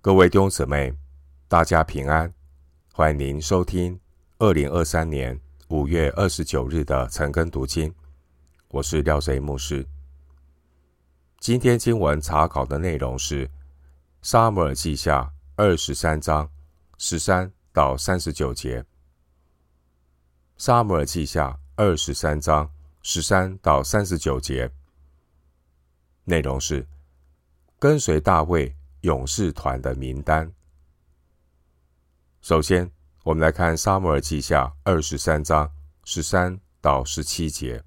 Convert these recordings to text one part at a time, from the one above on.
各位弟兄姊妹，大家平安，欢迎您收听2023年5月29日的晨更读经。我是廖贼牧师。今天经文查考的内容是撒母耳记下23章13到39节。撒母耳记下23章13到39节，内容是跟随大卫勇士团的名单。首先，我们来看撒母耳记下23章13到17节。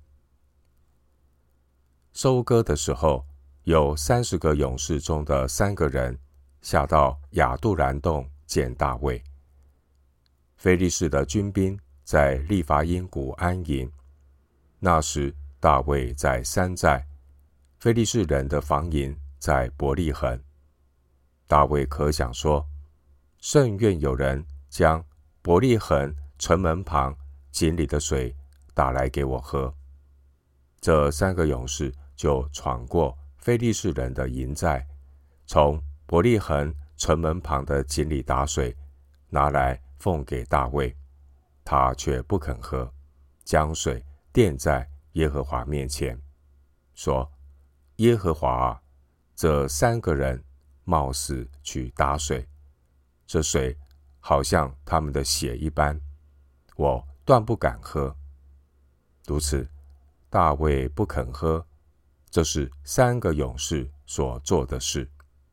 收割的时候，有30个勇士中的3个人下到亚杜兰洞见大卫。非利士的军兵在利乏音谷安营，那时大卫在山寨，非利士人的防营在伯利恒。大卫可想说，甚愿有人将伯利恒城门旁井里的水打来给我喝。这3个勇士就闯过非利士人的营寨，从伯利恒城门旁的井里打水，拿来奉给大卫，他却不肯喝，将水奠在耶和华面前，说：耶和华啊，这3个人冒死去打水，这水好像他们的血一般，我断不敢喝。如此，大卫不肯喝，这是3个勇士所做的事。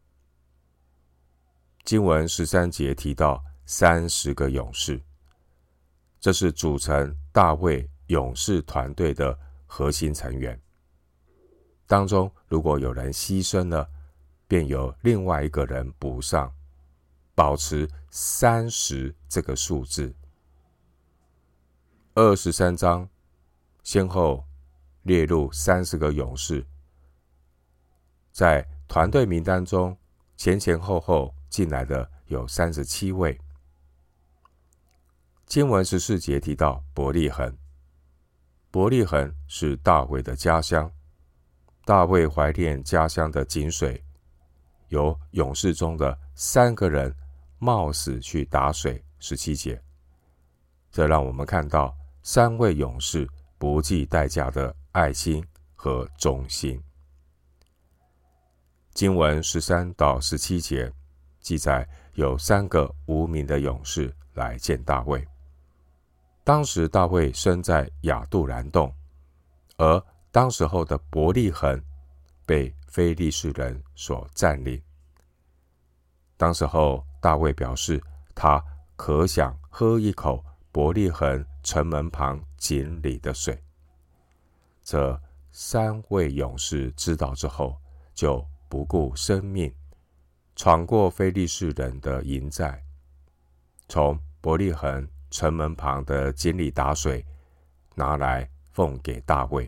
经文13节提到30个勇士，这是组成大卫勇士团队的核心成员。当中如果有人牺牲了，便由另外一个人补上，保持30这个数字。23章先后列入30个勇士，在团队名单中前前后后进来的有37位。经文14节提到伯利恒，伯利恒是大卫的家乡，大卫怀念家乡的井水，有勇士中的3个人冒死去打水。17节，这让我们看到3位勇士不计代价的爱心和忠心。经文13到17节记载有3个无名的勇士来见大卫。当时大卫身在亚杜兰洞，而当时候的伯利恒被非利士人所占领。当时候大卫表示，他可想喝一口伯利恒城门旁井里的水。这3位勇士知道之后，就不顾生命，闯过非利士人的营寨，从伯利恒城门旁的井里打水，拿来奉给大卫。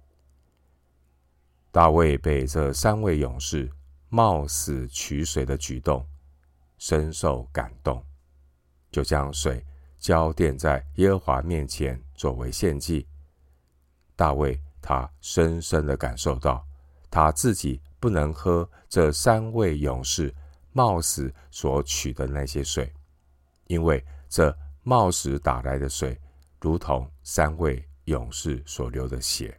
大卫被这3位勇士冒死取水的举动深受感动，就将水浇奠在耶和华面前作为献祭。大卫他深深地感受到，他自己不能喝这3位勇士冒死所取的那些水，因为这冒死打来的水如同3位勇士所流的血。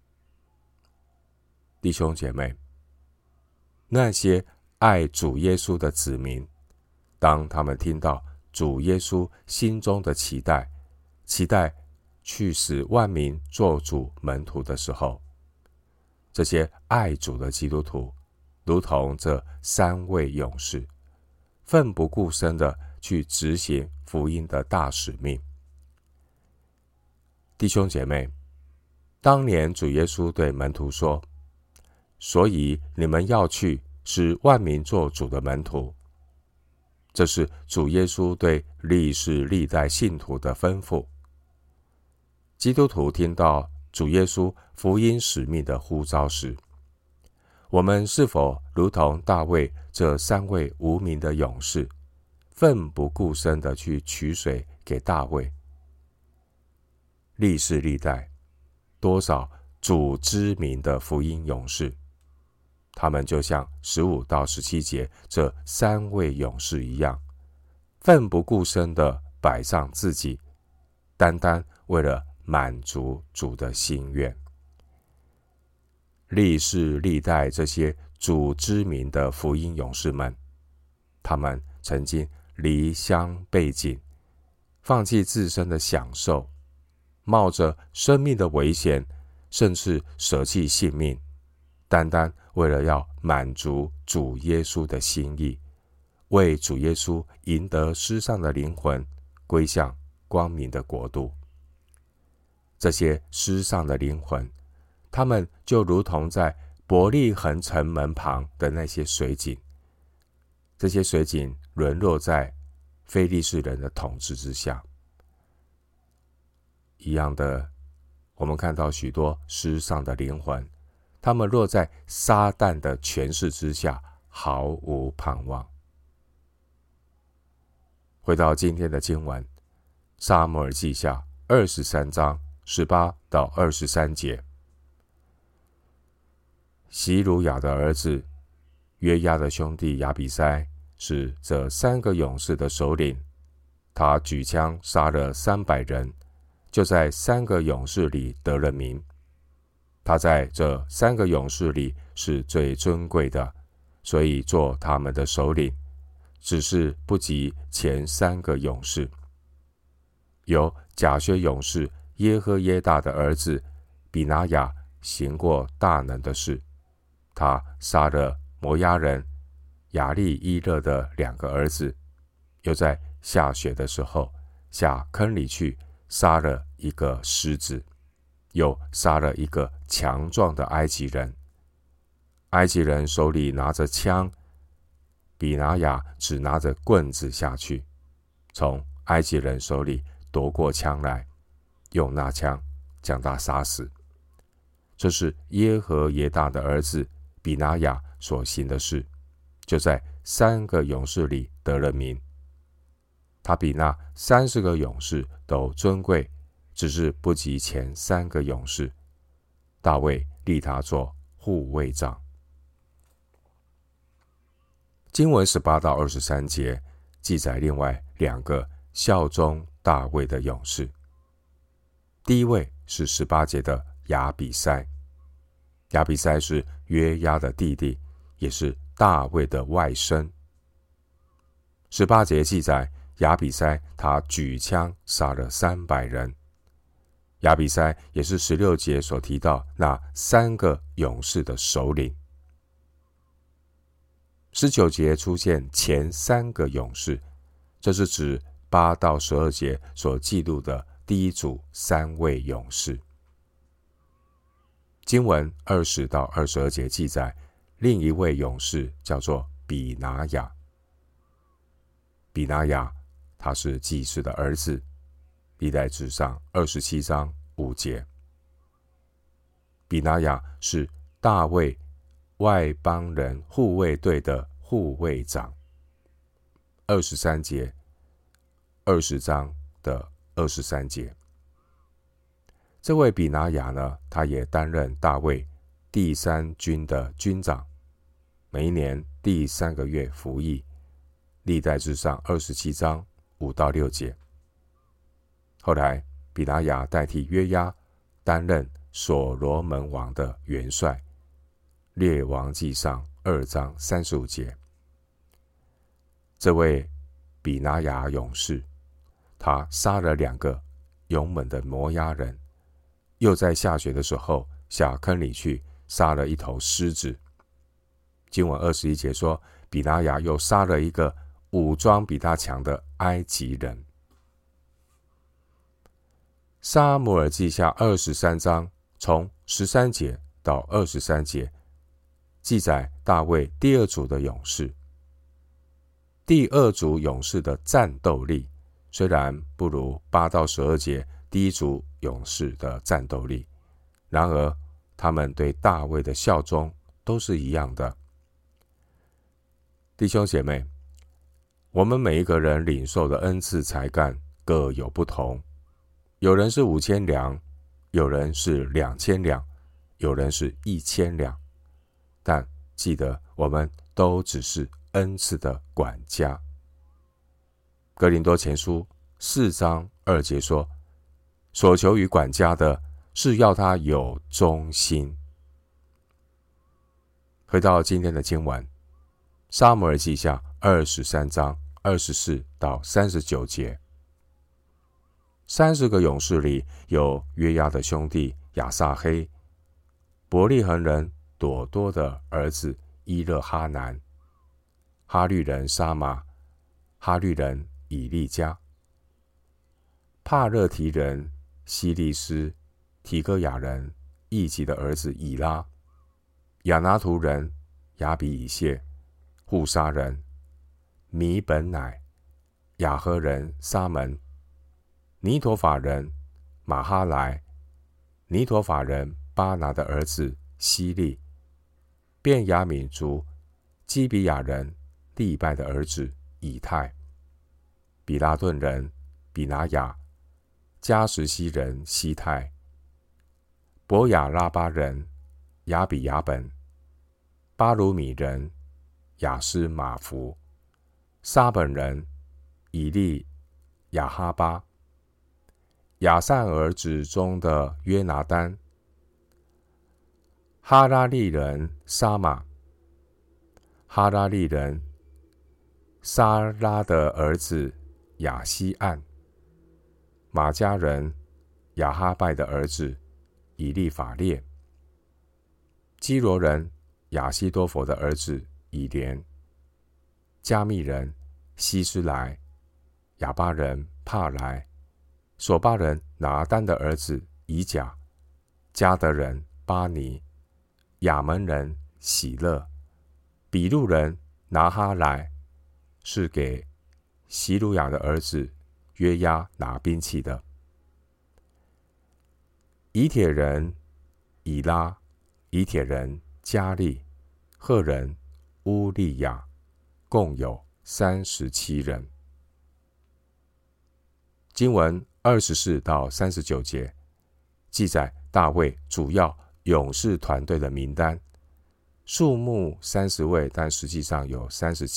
弟兄姐妹，那些爱主耶稣的子民，当他们听到主耶稣心中的期待去使万民做主门徒的时候，这些爱主的基督徒如同这3位勇士，奋不顾身的去执行福音的大使命。弟兄姐妹，当年主耶稣对门徒说，所以你们要去，使万民做主的门徒。这是主耶稣对历世历代信徒的吩咐。基督徒听到主耶稣福音使命的呼召时，我们是否如同大卫这3位无名的勇士，奋不顾身的去取水给大卫？历世历代多少主知名的福音勇士， 他们就像15到17节这3位勇士一样，奋不顾身地摆上自己，单单为了满足主的心愿。历世历代这些主知名的福音勇士们，他们曾经离乡背井，放弃自身的享受，冒着生命的危险，甚至舍弃性命，单单为了要满足主耶稣的心意，为主耶稣赢得失丧的灵魂，归向光明的国度。这些失丧的灵魂，他们就如同在伯利恒城门旁的那些水井，这些水井沦落在非利士人的统治之下。一样的，我们看到许多失丧的灵魂，他们落在撒旦的权势之下，毫无盼望。回到今天的经文，撒母耳记下23章18到23节。希鲁雅的儿子约押的兄弟亚比筛是这3个勇士的首领，他举枪杀了300人，就在3个勇士里得了名。他在这3个勇士里是最尊贵的，所以做他们的首领，只是不及前3个勇士。有甲薛勇士耶和耶大的儿子比拿雅行过大能的事，他杀了摩押人亚利伊勒的2个儿子，又在下雪的时候下坑里去杀了一个狮子，又杀了一个强壮的埃及人。埃及人手里拿着枪，比拿雅只拿着棍子下去，从埃及人手里夺过枪来，用那枪将他杀死。这是耶和耶大的儿子比拿雅所行的事，就在3个勇士里得了名。他比那30个勇士都尊贵，只是不及前3个勇士。大卫立他做护卫长。经文18到23节记载另外2个效忠大卫的勇士。第一位是18节的亚比筛。亚比筛是约押的弟弟，也是大卫的外甥。18节记载亚比筛他举枪杀了300人。亚比筛也是16节所提到那3个勇士的首领。19节出现前3个勇士，这是指8到12节所记录的第一组3位勇士。经文20到22节记载另一位勇士叫做比拿雅。比拿雅他是祭司的儿子，历代志上27章5节。比拿雅是大卫外邦人护卫队的护卫长。23节，20章的23节。这位比拿雅呢，他也担任大卫第3军的军长，每一年第3个月服役。历代志上27章5到6节。后来比拿雅代替约押担任所罗门王的元帅，列王记上2章35节。这位比拿雅勇士，他杀了2个勇猛的摩押人，又在下雪的时候下坑里去杀了一头狮子。经文21节说，比拿雅又杀了一个武装比他强的埃及人。撒母耳记下23章从13节到23节记载大卫第2组的勇士。第2组勇士的战斗力虽然不如8到12节第1组勇士的战斗力，然而他们对大卫的效忠都是一样的。弟兄姐妹，我们每一个人领受的恩赐才干各有不同，有人是5000两，有人是2000两，有人是1000两，但记得我们都只是恩赐的管家。哥林多前书4章2节说，所求于管家的是要他有忠心。回到今天的经文，撒母耳记下23章24到39节。30个勇士里有约押的兄弟亚撒黑、伯利恒人朵多的儿子伊勒哈南、哈律人沙玛、哈律人以利加、帕勒提人希利斯、提哥亚人义吉的儿子以拉、亚拿图人亚比以谢、户沙人米本乃、亚赫人沙门、尼陀法人马哈莱、尼陀法人巴拿的儿子希利、便雅悯族基比亚人利拜的儿子以太、比拉顿人比拿雅、加什西人西泰、伯亚拉巴人亚比亚本、巴鲁米人亚斯马福、沙本人以利亚哈巴、亚散儿子中的约拿单、哈拉利人沙玛、哈拉利人沙拉的儿子亚西岸、马加人亚哈拜的儿子以利法列、基罗人亚西多佛的儿子以连、加密人希斯莱、亚巴人帕莱、索巴人拿单的儿子以甲、加德人巴尼、亚门人喜乐、比路人拿哈莱，是给希鲁雅的儿子约押拿兵器的。以铁人以拉、以铁人加利、赫人乌利亚，共有37人。经文24到39节记载大卫主要勇士团队的名单，数目30位，但实际上有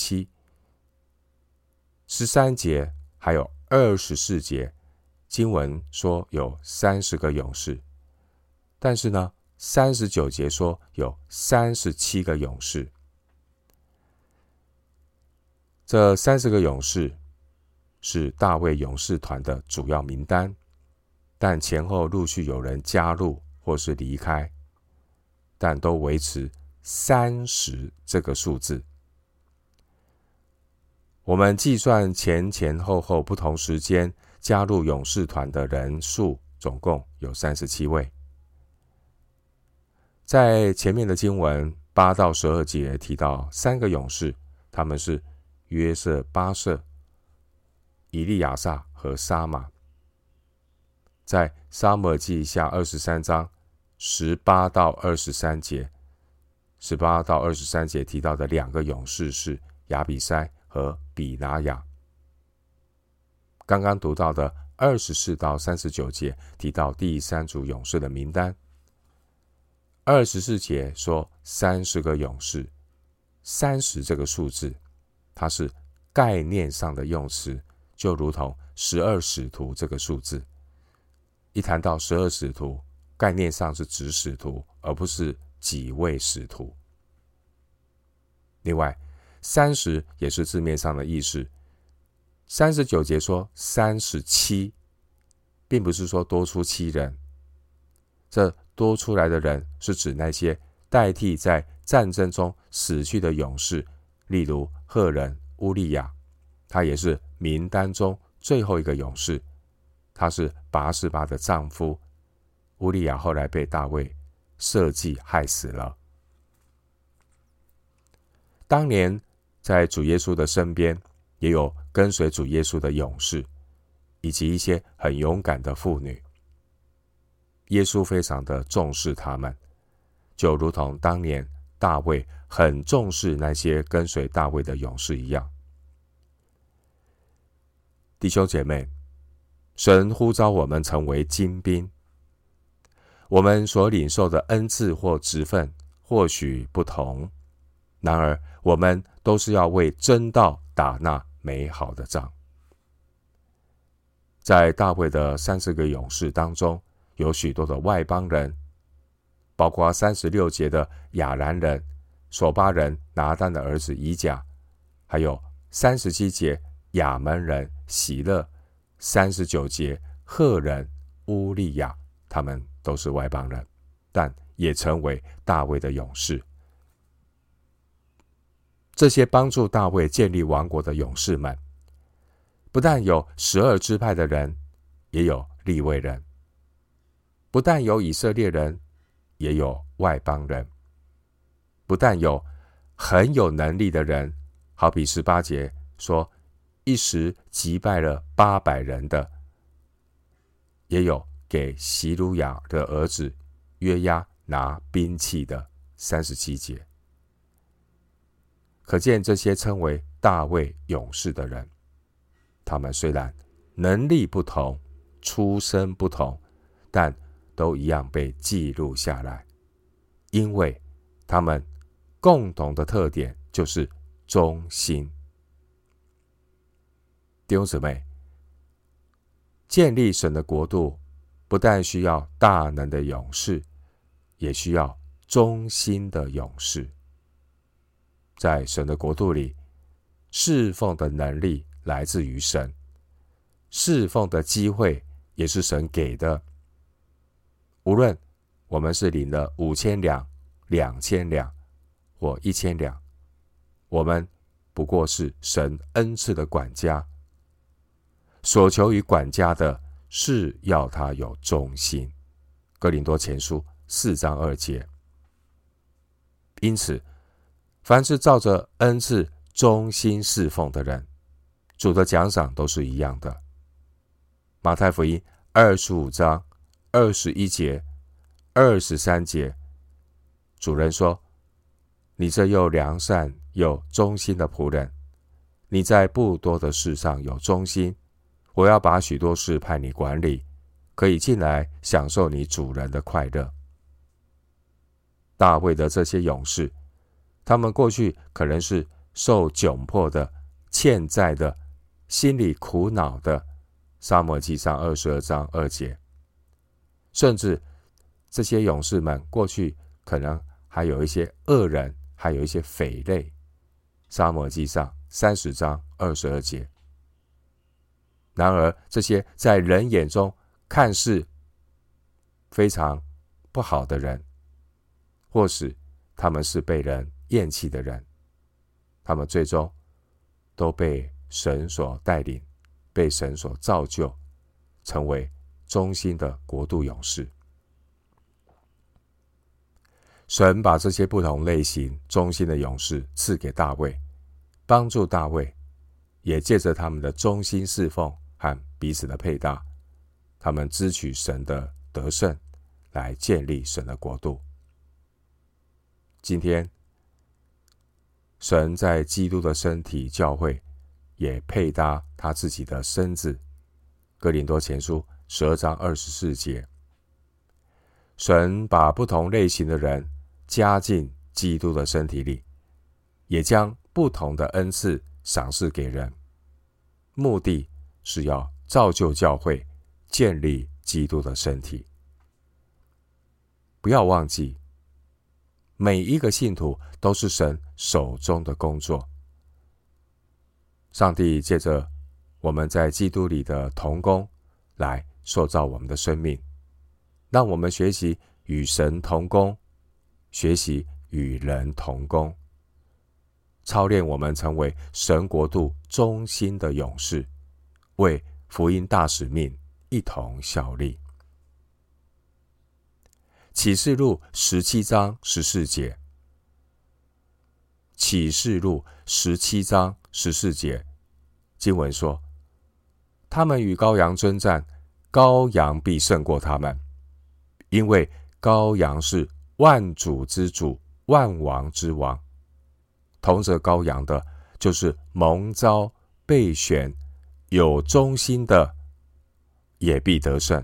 37。13节还有24节，经文说有30个勇士，但是呢39节说有37个勇士。这30个勇士是大卫勇士团的主要名单，但前后陆续有人加入或是离开，但都维持30这个数字。我们计算前前后后不同时间加入勇士团的人数，总共有37位。在前面的经文8到12节提到3个勇士，他们是约瑟、巴瑟、以利亚撒和沙玛。在撒母耳记下23章18到23节，18到23节提到的2个勇士是亚比筛和比拿雅。刚刚读到的24到39节提到第3组勇士的名单。24节说30个勇士，30这个数字，它是概念上的用词，就如同12使徒这个数字。一谈到12使徒，概念上是指使徒，而不是几位使徒。另外30也是字面上的意思。39节说37，并不是说多出7人，这多出来的人是指那些代替在战争中死去的勇士，例如赫人乌利亚，他也是名单中最后一个勇士，他是拔示巴的丈夫。乌利亚后来被大卫设计害死了。当年在主耶稣的身边，也有跟随主耶稣的勇士，以及一些很勇敢的妇女。耶稣非常的重视他们，就如同当年大卫很重视那些跟随大卫的勇士一样。弟兄姐妹，神呼召我们成为精兵，我们所领受的恩赐或职分或许不同， 然而，我们都是要为真道打那美好的仗。在大卫的30个勇士当中，有许多的外邦人，包括36节的亚兰人、索巴人拿单的儿子以甲，还有37节亚门人喜勒、39节赫人乌利亚，他们都是外邦人，但也成为大卫的勇士。这些帮助大卫建立王国的勇士们，不但有12支派的人，也有利未人；不但有以色列人，也有外邦人；不但有很有能力的人，好比18节说一时击败了800人的，也有给席鲁雅的儿子约押拿兵器的37节。可见这些称为大卫勇士的人，他们虽然能力不同，出身不同，但都一样被记录下来，因为他们共同的特点就是忠心。弟兄姊妹，建立神的国度，不但需要大能的勇士，也需要忠心的勇士。在神的国度里，侍奉的能力来自于神，侍奉的机会也是神给的。无论我们是领了5000两、2000两或1000两，我们不过是神恩赐的管家。所求于管家的是要他有忠心。哥林多前书4章2节。因此，凡是照着恩赐忠心侍奉的人，主的奖赏都是一样的。马太福音25章21节、23节，主人说：你这又良善又忠心的仆人，你在不多的事上有忠心，我要把许多事派你管理，可以进来享受你主人的快乐。大卫的这些勇士，他们过去可能是受窘迫的、欠债的、心里苦恼的，撒母耳记上22章2节。甚至这些勇士们过去可能还有一些恶人，还有一些匪类，撒母耳记上30章22节。然而，这些在人眼中看似非常不好的人，或是他们是被人厌弃的人，他们最终都被神所带领，被神所造就，成为忠心的国度勇士。神把这些不同类型忠心的勇士赐给大卫，帮助大卫，也借着他们的忠心侍奉和彼此的配搭，他们支取神的得胜，来建立神的国度。今天神在基督的身体教会也配搭他自己的身子。哥林多前书12章24节。神把不同类型的人加进基督的身体里，也将不同的恩赐赏赐给人，目的是要造就教会，建立基督的身体。不要忘记，每一个信徒都是神手中的工作。上帝借着我们在基督里的同工来塑造我们的生命，让我们学习与神同工，学习与人同工，操练我们成为神国度忠心的勇士，为福音大使命一同效力。启示录17章14节。启示录17章14节，经文说：他们与羔羊征战，羔羊必胜过他们，因为羔羊是万主之主，万王之王。同着羔羊的，就是蒙召、备选、有忠心的，也必得胜。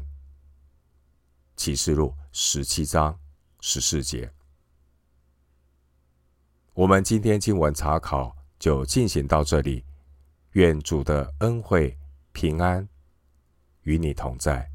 启示录17章14节。 我们今天经文查考就进行到这里，愿主的恩惠平安与你同在。